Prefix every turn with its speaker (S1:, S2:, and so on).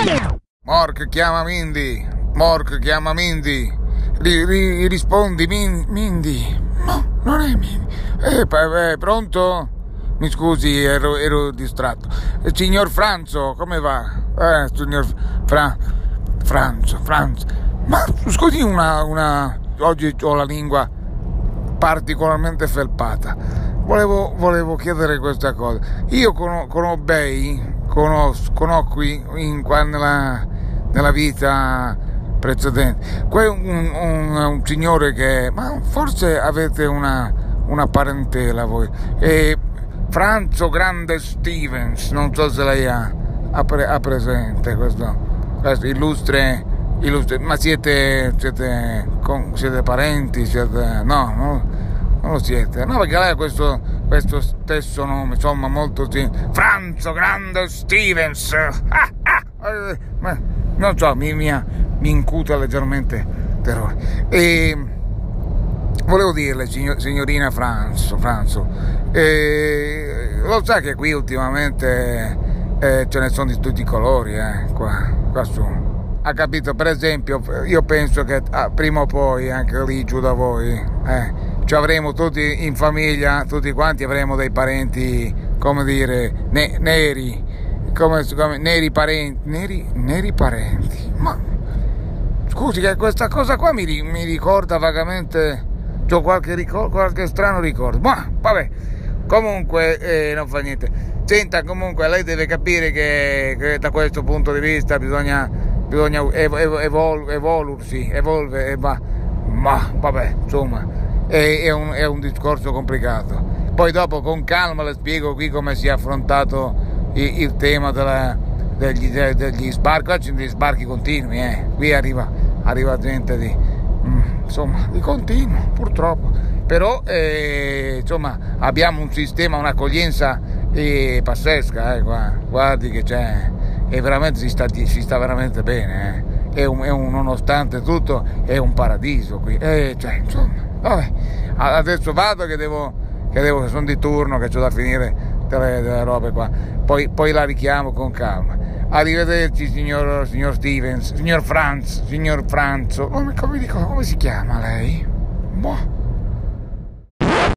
S1: Mork chiama Mindy. Mork chiama Mindy. Rispondi Mindy. No, non è Mindy. Pronto? Mi scusi, ero distratto. Signor Franzo, come va? Signor Franzo. Ma scusi oggi ho la lingua particolarmente felpata. Volevo chiedere questa cosa. Io conosco nella vita precedente un signore che, ma forse avete una parentela voi, Franzo Grande Stevens, non so se lei ha presente questo illustre, ma siete parenti? No, non lo siete. No, perché lei ha questo stesso nome, insomma, molto Franzo Grande Stevens. Ma non so, mi incuta leggermente terrore. E volevo dirle, signorina Franzo, lo sa che qui ultimamente ce ne sono di tutti i colori, qua su. Ha capito? Per esempio, io penso che prima o poi anche lì giù da voi ci avremo tutti in famiglia, tutti quanti avremo dei parenti, come dire, neri, come neri parenti. Ma scusi, che questa cosa qua mi ricorda vagamente, c'ho qualche strano ricordo, ma vabbè, comunque non fa niente. Senta, comunque lei deve capire che da questo punto di vista bisogna evolversi, ma vabbè, insomma, è un discorso complicato. Poi dopo con calma le spiego qui come si è affrontato il tema degli sbarchi. Qua ci sono degli sbarchi continui, qui arriva gente di continuo, purtroppo, però insomma abbiamo un sistema, un'accoglienza pazzesca, qua. Guardi che c'è, e veramente si sta veramente bene, nonostante tutto è un paradiso qui, insomma, vabbè, adesso vado che sono di turno, che c'ho da finire delle robe qua, poi la richiamo con calma. Arrivederci signor Stevens, signor Franzo, come si chiama lei? Boh.